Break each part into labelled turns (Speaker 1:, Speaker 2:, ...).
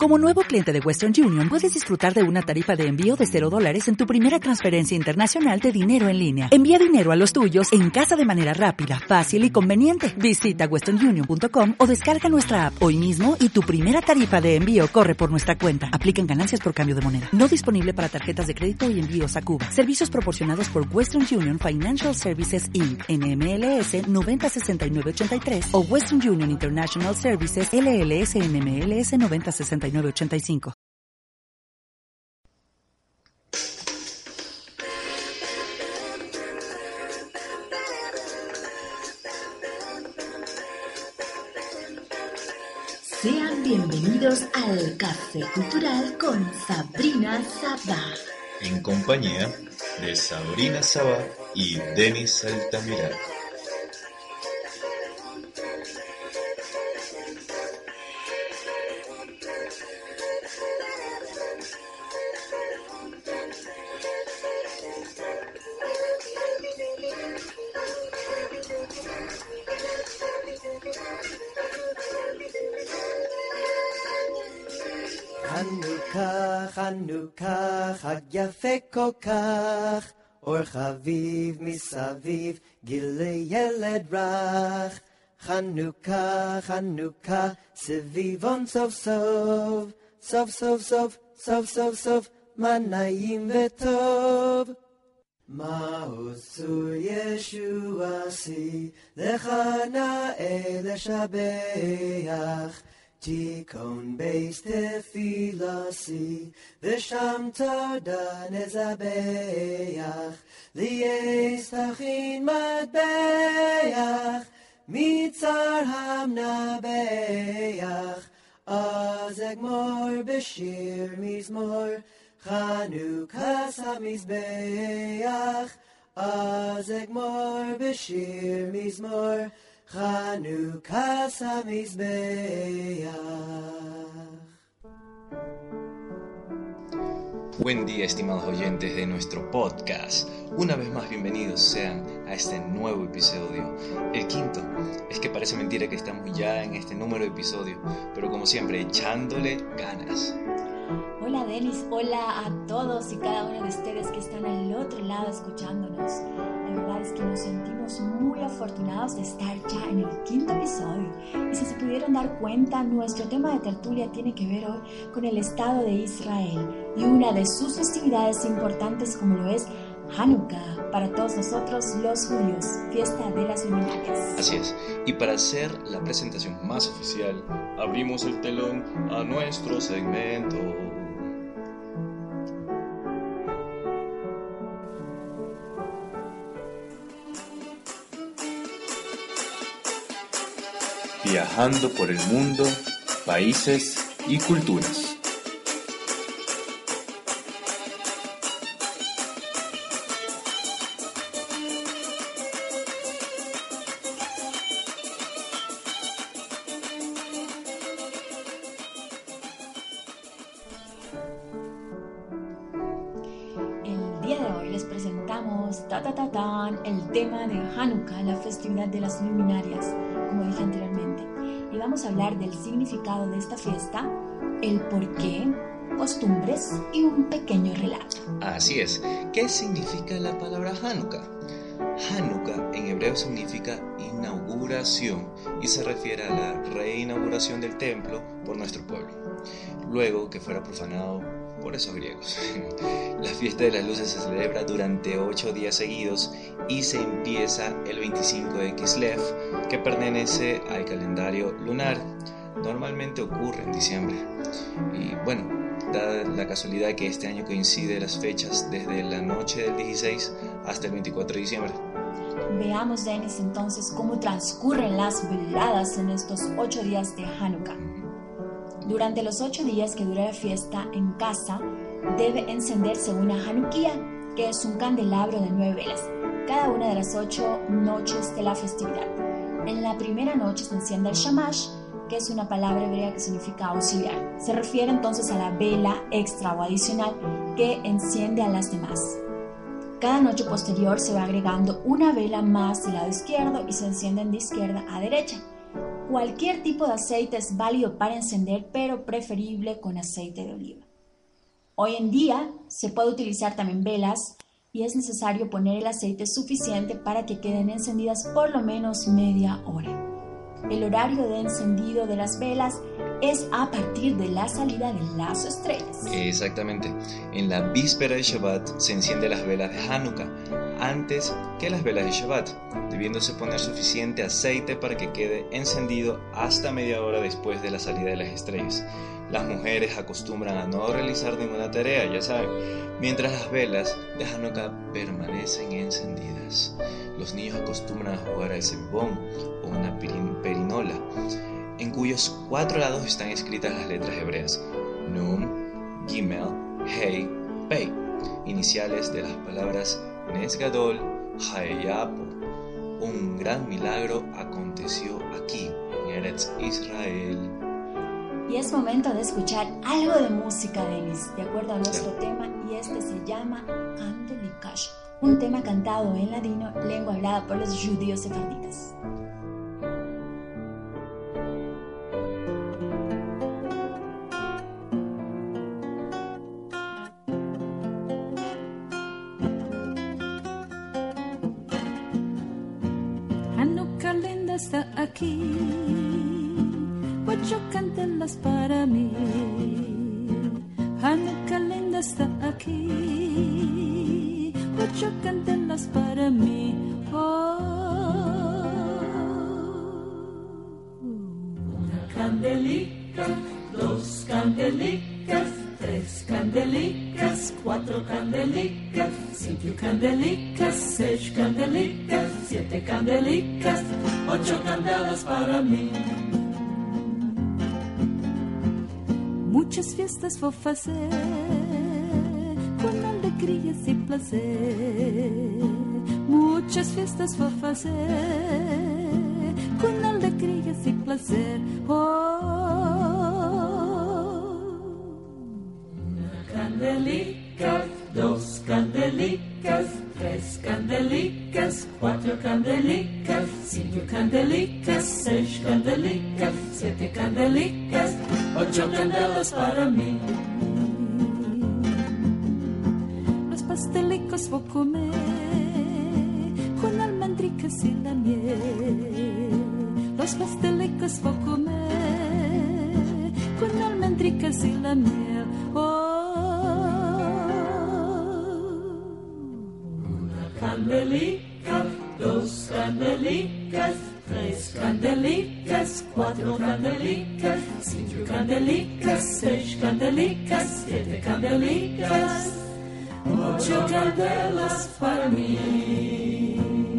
Speaker 1: Como nuevo cliente de Western Union, puedes disfrutar de una tarifa de envío de $0 en tu primera transferencia internacional de dinero en línea. Envía dinero a los tuyos en casa de manera rápida, fácil y conveniente. Visita westernunion.com o descarga nuestra app hoy mismo y tu primera tarifa de envío corre por nuestra cuenta. Aplican ganancias por cambio de moneda. No disponible para tarjetas de crédito y envíos a Cuba. Servicios proporcionados por Western Union Financial Services Inc. NMLS 906983 o Western Union International Services LLS NMLS 906985.
Speaker 2: Sean bienvenidos al Café Cultural con Sabrina Sabah.
Speaker 3: En compañía de Sabrina Sabah y Denis Altamirano.
Speaker 4: חנוכה, חג יפה כל כך, אור חביב מסביב, גילי ילד רך. חנוכה, חנוכה, סביבון סוף סוף, סוף סוף סוף, סוף סוף סוף, מה נעים וטוב. מה עשו ישועתי, לך נאה לשבח. תיקון בייס תפילתי, ושם תודה נזבח, ליאס תכין מטבח, מצר המנבח, אז אגמור בשיר מזמור, חנוכת המזבח, אז אגמור בשיר מזמור, חנוכת המזבח.
Speaker 3: Buen día, estimados oyentes de nuestro podcast. Una vez más, bienvenidos sean a este nuevo episodio, el quinto. Es que parece mentira que estamos ya en este número de episodio, pero como siempre, echándole ganas.
Speaker 2: Hola Denis, hola a todos y cada uno de ustedes que están al otro lado escuchándonos. La verdad es que nos sentimos muy afortunados de estar ya en el quinto episodio. Y si se pudieron dar cuenta, nuestro tema de tertulia tiene que ver hoy con el Estado de Israel y una de sus festividades importantes como lo es Hanukkah, para todos nosotros los judíos, fiesta de las luminarias.
Speaker 3: Así es, y para hacer la presentación más oficial, abrimos el telón a nuestro segmento. Viajando por el mundo, países y culturas.
Speaker 2: El día de hoy les presentamos el tema de Hanukkah, la festividad de las luminarias, como dije anteriormente, y vamos a hablar del significado de esta fiesta, el porqué, costumbres y un pequeño relato.
Speaker 3: Así es. ¿Qué significa la palabra Hanukkah? Hanukkah en hebreo significa inauguración y se refiere a la reinauguración del templo por nuestro pueblo, luego que fuera profanado por esos griegos. La fiesta de las luces se celebra durante 8 días seguidos y se empieza el 25 de Kislev, que pertenece al calendario lunar. Normalmente ocurre en diciembre. Y bueno, da la casualidad que este año coincide las fechas desde la noche del 16 hasta el 24 de diciembre.
Speaker 2: Veamos, Denis, entonces cómo transcurren las veladas en estos 8 días de Hanukkah. Durante los 8 días que dura la fiesta en casa, debe encenderse una Hanukkah, que es un candelabro de 9 velas, cada una de las 8 noches de la festividad. En la primera noche se enciende el shamash, que es una palabra hebrea que significa auxiliar. Se refiere entonces a la vela extra o adicional que enciende a las demás. Cada noche posterior se va agregando una vela más del lado izquierdo y se encienden de izquierda a derecha. Cualquier tipo de aceite es válido para encender, pero preferible con aceite de oliva. Hoy en día se puede utilizar también velas y es necesario poner el aceite suficiente para que queden encendidas por lo menos media hora. El horario de encendido de las velas es a partir de la salida de las estrellas.
Speaker 3: Exactamente. En la víspera de Shabbat se encienden las velas de Hanukkah antes que las velas de Shabbat, debiéndose poner suficiente aceite para que quede encendido hasta media hora después de la salida de las estrellas. Las mujeres acostumbran a no realizar ninguna tarea, ya saben, mientras las velas de Hanukkah permanecen encendidas. Los niños acostumbran a jugar al sebibón o una perinola, en cuyos 4 lados están escritas las letras hebreas Nun, Gimel, Hei, Pei, iniciales de las palabras Nes Gadol, Hayapo. Un gran milagro aconteció aquí, en Eretz Israel.
Speaker 2: Y es momento de escuchar algo de música, Denis, de acuerdo a nuestro tema, y este se llama Candelikash, un tema cantado en ladino, lengua hablada por los judíos sefarditas.
Speaker 5: Hanukkah linda está aquí, 8 candelas para mí. Hanukkah linda está aquí, 8 candelas para mí. Una candelica, 2 candelicas, 3 candelicas, 4 candelicas, 5 candelicas, 6 candelicas, 7 candelicas, 8 candelas para mí. Muchas fiestas vou fazer com alegrias e prazer. Muchas fiestas vou fazer com alegrias e prazer. Una candelica, 2 candelicas, 3 candelicas, 4 candelicas, 5 candelicas, 6 candelicas, 7 candelicas, 8 candelas para mí. Los pastelicos voy a comer con almendricas y la miel. Los pastelicos voy a comer con almendricas y la miel. Una candelica, 2 candelicas, 3 candelicas, 4 candelicas, 5 candelicas, 6 candelicas, 7 candelicas, 8 candelas para mí.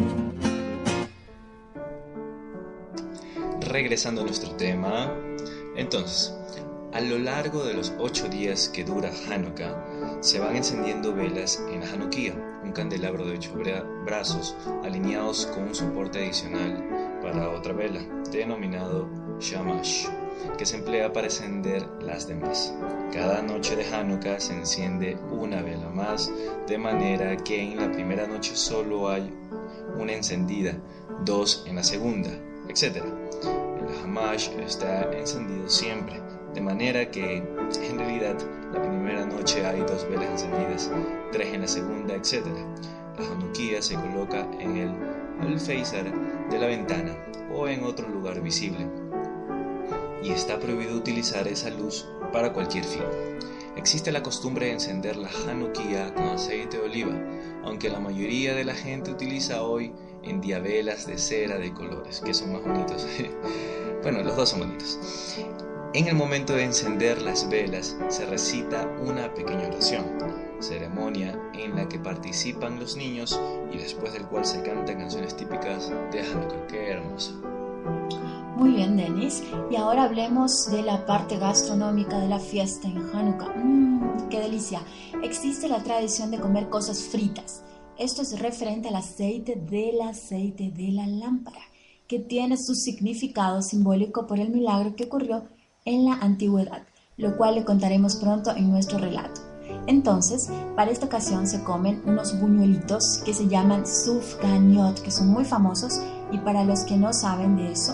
Speaker 3: Regresando a nuestro tema, entonces, a lo largo de los 8 días que dura Hanukkah, se van encendiendo velas en la Hanukkah, un candelabro de 8 brazos alineados con un soporte adicional para otra vela, denominado Shamash, que se emplea para encender las demás. Cada noche de Hanukkah se enciende una vela más, de manera que en la primera noche solo hay una encendida, 2 en la segunda, etc. El Shamash está encendido siempre, de manera que en realidad la primera noche hay 2 velas encendidas, 3 en la segunda, etc. La Hanukkah se coloca en el alféizar de la ventana o en otro lugar visible, y está prohibido utilizar esa luz para cualquier fin. Existe la costumbre de encender la Hanukkah con aceite de oliva, aunque la mayoría de la gente utiliza hoy en día velas de cera de colores, que son más bonitos. Bueno, los dos son bonitos. En el momento de encender las velas se recita una pequeña oración, ceremonia en la que participan los niños y después del cual se cantan canciones típicas de Hanukkah. ¡Qué hermoso!
Speaker 2: Muy bien, Denis. Y ahora hablemos de la parte gastronómica de la fiesta en Hanukkah. ¡Qué delicia! Existe la tradición de comer cosas fritas. Esto es referente al aceite de la lámpara, que tiene su significado simbólico por el milagro que ocurrió en la antigüedad, lo cual le contaremos pronto en nuestro relato. Entonces, para esta ocasión se comen unos buñuelitos que se llaman sufganiot, que son muy famosos, y para los que no saben de eso,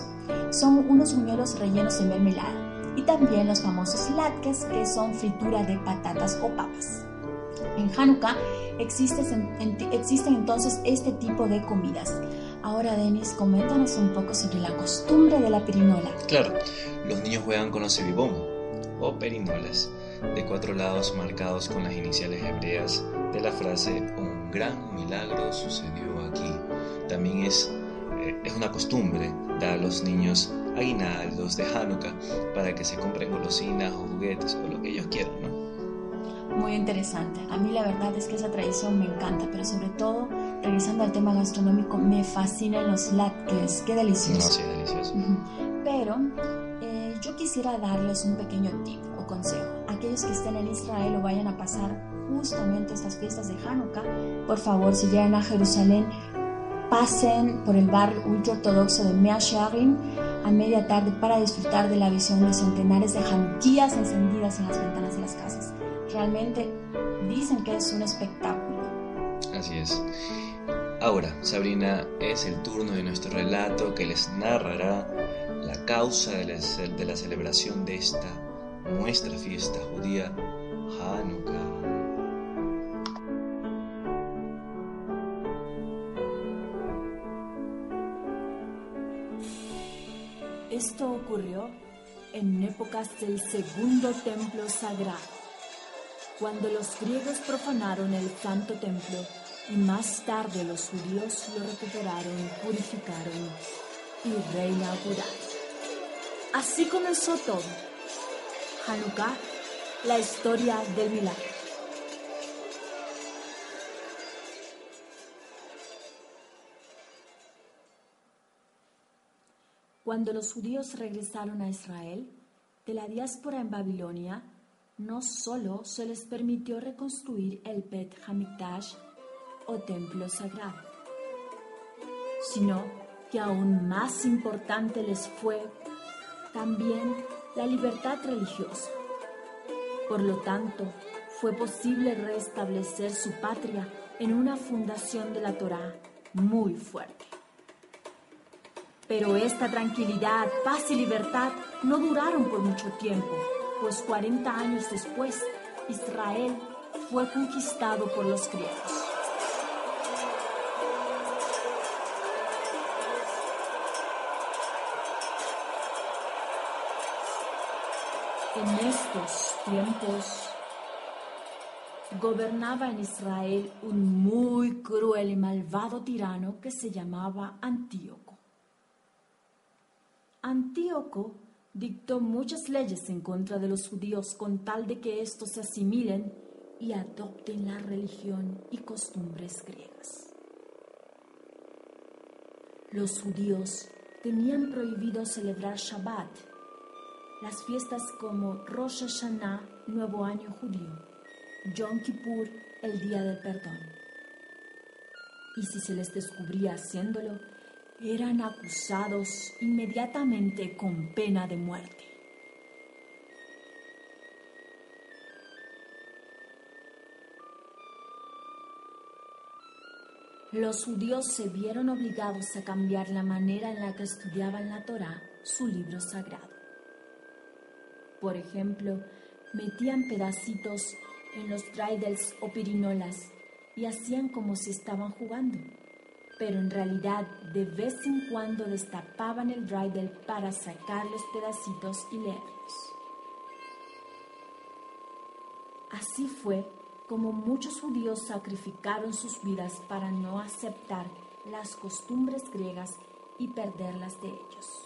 Speaker 2: son unos buñuelos rellenos de mermelada, y también los famosos latkes, que son fritura de patatas o papas. En Hanukkah existen entonces este tipo de comidas. Ahora, Denis, coméntanos un poco sobre la costumbre de la pirinola.
Speaker 3: Claro, los niños juegan con los cebibón o perinolas, de 4 lados marcados con las iniciales hebreas de la frase "un gran milagro sucedió aquí". También es una costumbre dar a los niños aguinaldos de Hanukkah para que se compren golosinas o juguetes o lo que ellos quieran, ¿no?
Speaker 2: Muy interesante. A mí la verdad es que esa tradición me encanta, pero sobre todo, regresando al tema gastronómico, me fascinan los latkes. ¡Qué delicioso!
Speaker 3: No, sí, delicioso.
Speaker 2: Pero yo quisiera darles un pequeño tip o consejo. Aquellos que estén en Israel o vayan a pasar justamente estas fiestas de Hanukkah, por favor, si llegan a Jerusalén, pasen por el barrio ultraortodoxo de Mea Shearim a media tarde para disfrutar de la visión de centenares de Hanukkías encendidas en las ventanas de las casas. Realmente dicen que es un espectáculo.
Speaker 3: Así es. Ahora, Sabrina, es el turno de nuestro relato que les narrará la causa de la celebración de esta nuestra fiesta judía, Hanukkah.
Speaker 5: Esto ocurrió en épocas del segundo templo sagrado, cuando los griegos profanaron el santo templo y más tarde los judíos lo recuperaron, purificaron y reinauguraron. Así comenzó todo. Hanukkah, la historia del milagro. Cuando los judíos regresaron a Israel, de la diáspora en Babilonia, no solo se les permitió reconstruir el Bet Hamikdash o templo sagrado, sino que aún más importante les fue también la libertad religiosa. Por lo tanto, fue posible restablecer su patria en una fundación de la Torá muy fuerte. Pero esta tranquilidad, paz y libertad no duraron por mucho tiempo, pues 40 años después, Israel fue conquistado por los griegos. En estos tiempos, gobernaba en Israel un muy cruel y malvado tirano que se llamaba Antíoco. Antíoco dictó muchas leyes en contra de los judíos con tal de que estos se asimilen y adopten la religión y costumbres griegas. Los judíos tenían prohibido celebrar Shabbat, las fiestas como Rosh Hashanah, Nuevo Año Judío, Yom Kippur, el Día del Perdón. Y si se les descubría haciéndolo, eran acusados inmediatamente con pena de muerte. Los judíos se vieron obligados a cambiar la manera en la que estudiaban la Torá, su libro sagrado. Por ejemplo, metían pedacitos en los dreidels o pirinolas y hacían como si estaban jugando, pero en realidad de vez en cuando destapaban el dreidel para sacar los pedacitos y leerlos. Así fue como muchos judíos sacrificaron sus vidas para no aceptar las costumbres griegas y perderlas de ellos.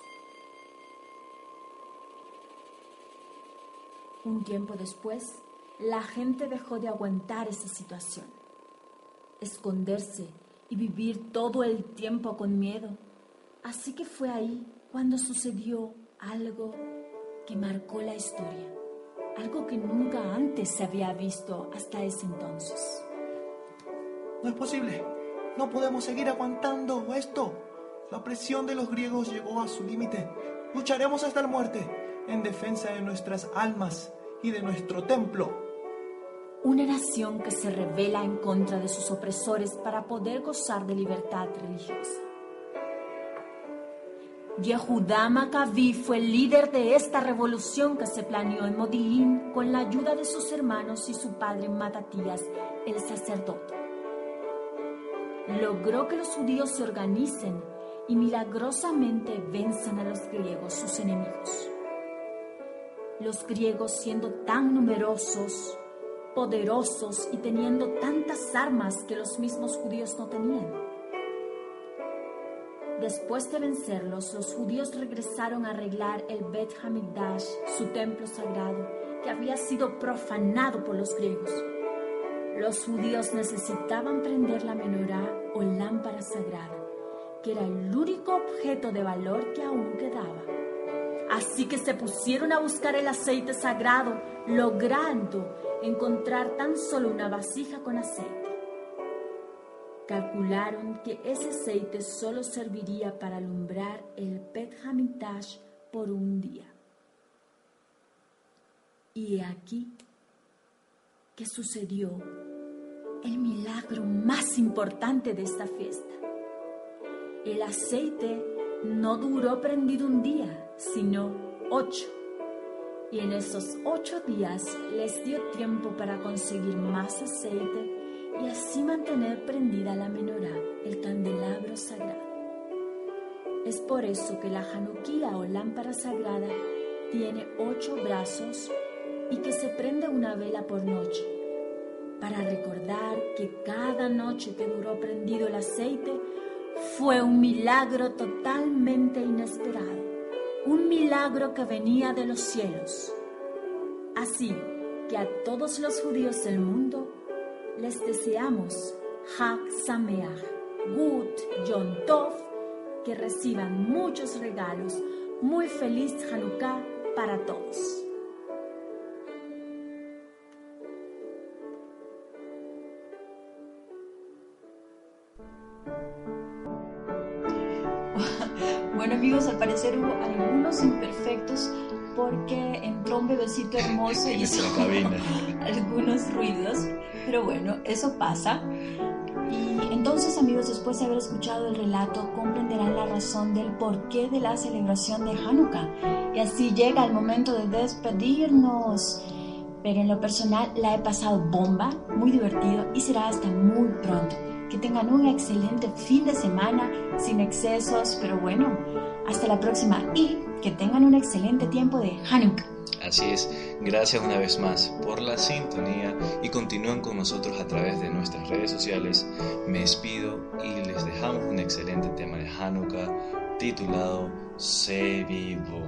Speaker 5: Un tiempo después, la gente dejó de aguantar esa situación. Esconderse y vivir todo el tiempo con miedo. Así que fue ahí cuando sucedió algo que marcó la historia. Algo que nunca antes se había visto hasta ese entonces.
Speaker 6: No es posible. No podemos seguir aguantando esto. La presión de los griegos llegó a su límite. Lucharemos hasta la muerte en defensa de nuestras almas y de nuestro templo.
Speaker 5: Una nación que se rebela en contra de sus opresores para poder gozar de libertad religiosa.
Speaker 2: Yehudá Macabí fue el líder de esta revolución que se planeó en Modi'in con la ayuda de sus hermanos y su padre Matatías, el sacerdote. Logró que los judíos se organicen y milagrosamente venzan a los griegos, sus enemigos. Los griegos, siendo tan numerosos, poderosos y teniendo tantas armas que los mismos judíos no tenían. Después de vencerlos, los judíos regresaron a arreglar el Bet Hamikdash, su templo sagrado, que había sido profanado por los griegos. Los judíos necesitaban prender la menorá o lámpara sagrada, que era el único objeto de valor que aún quedaba. Así que se pusieron a buscar el aceite sagrado, logrando encontrar tan solo una vasija con aceite. Calcularon que ese aceite solo serviría para alumbrar el Bet Hamikdash por un día. Y he aquí que sucedió el milagro más importante de esta fiesta. El aceite no duró prendido un día, sino 8. Y en esos 8 días les dio tiempo para conseguir más aceite y así mantener prendida la menorá, el candelabro sagrado. Es por eso que la Hanukkah o lámpara sagrada tiene 8 brazos y que se prende una vela por noche, para recordar que cada noche que duró prendido el aceite fue un milagro totalmente inesperado, un milagro que venía de los cielos. Así que a todos los judíos del mundo les deseamos Hag Sameach, Gut Yom Tov, que reciban muchos regalos, muy feliz Hanukkah para todos. Bueno amigos, al parecer hubo algunos imperfectos porque entró un bebecito hermoso y hizo algunos ruidos, pero bueno, eso pasa. Y entonces amigos, después de haber escuchado el relato, comprenderán la razón del porqué de la celebración de Hanukkah. Y así llega el momento de despedirnos. Pero en lo personal la he pasado bomba, muy divertido y será hasta muy pronto. Que tengan un excelente fin de semana, sin excesos, pero bueno, hasta la próxima y que tengan un excelente tiempo de Hanukkah.
Speaker 3: Así es, gracias una vez más por la sintonía y continúan con nosotros a través de nuestras redes sociales. Me despido y les dejamos un excelente tema de Hanukkah titulado Sé Vivo.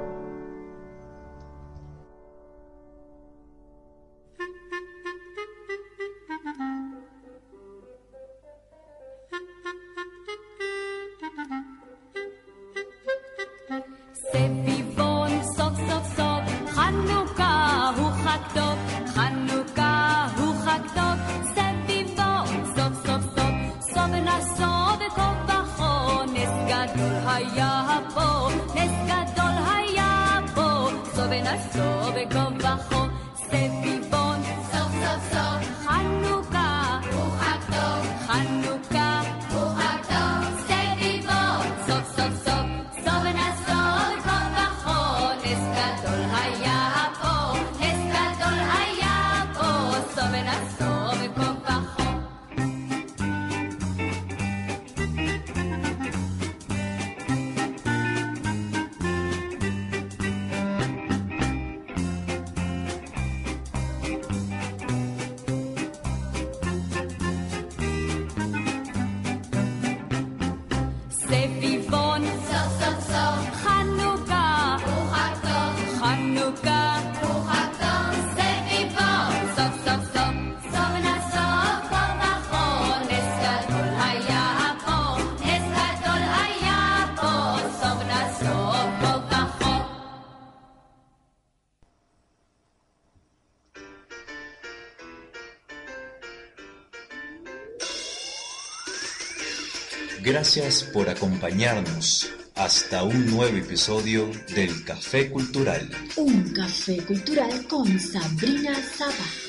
Speaker 3: Gracias por acompañarnos. Hasta un nuevo episodio del Café Cultural.
Speaker 2: Un café cultural con Sabrina Saba.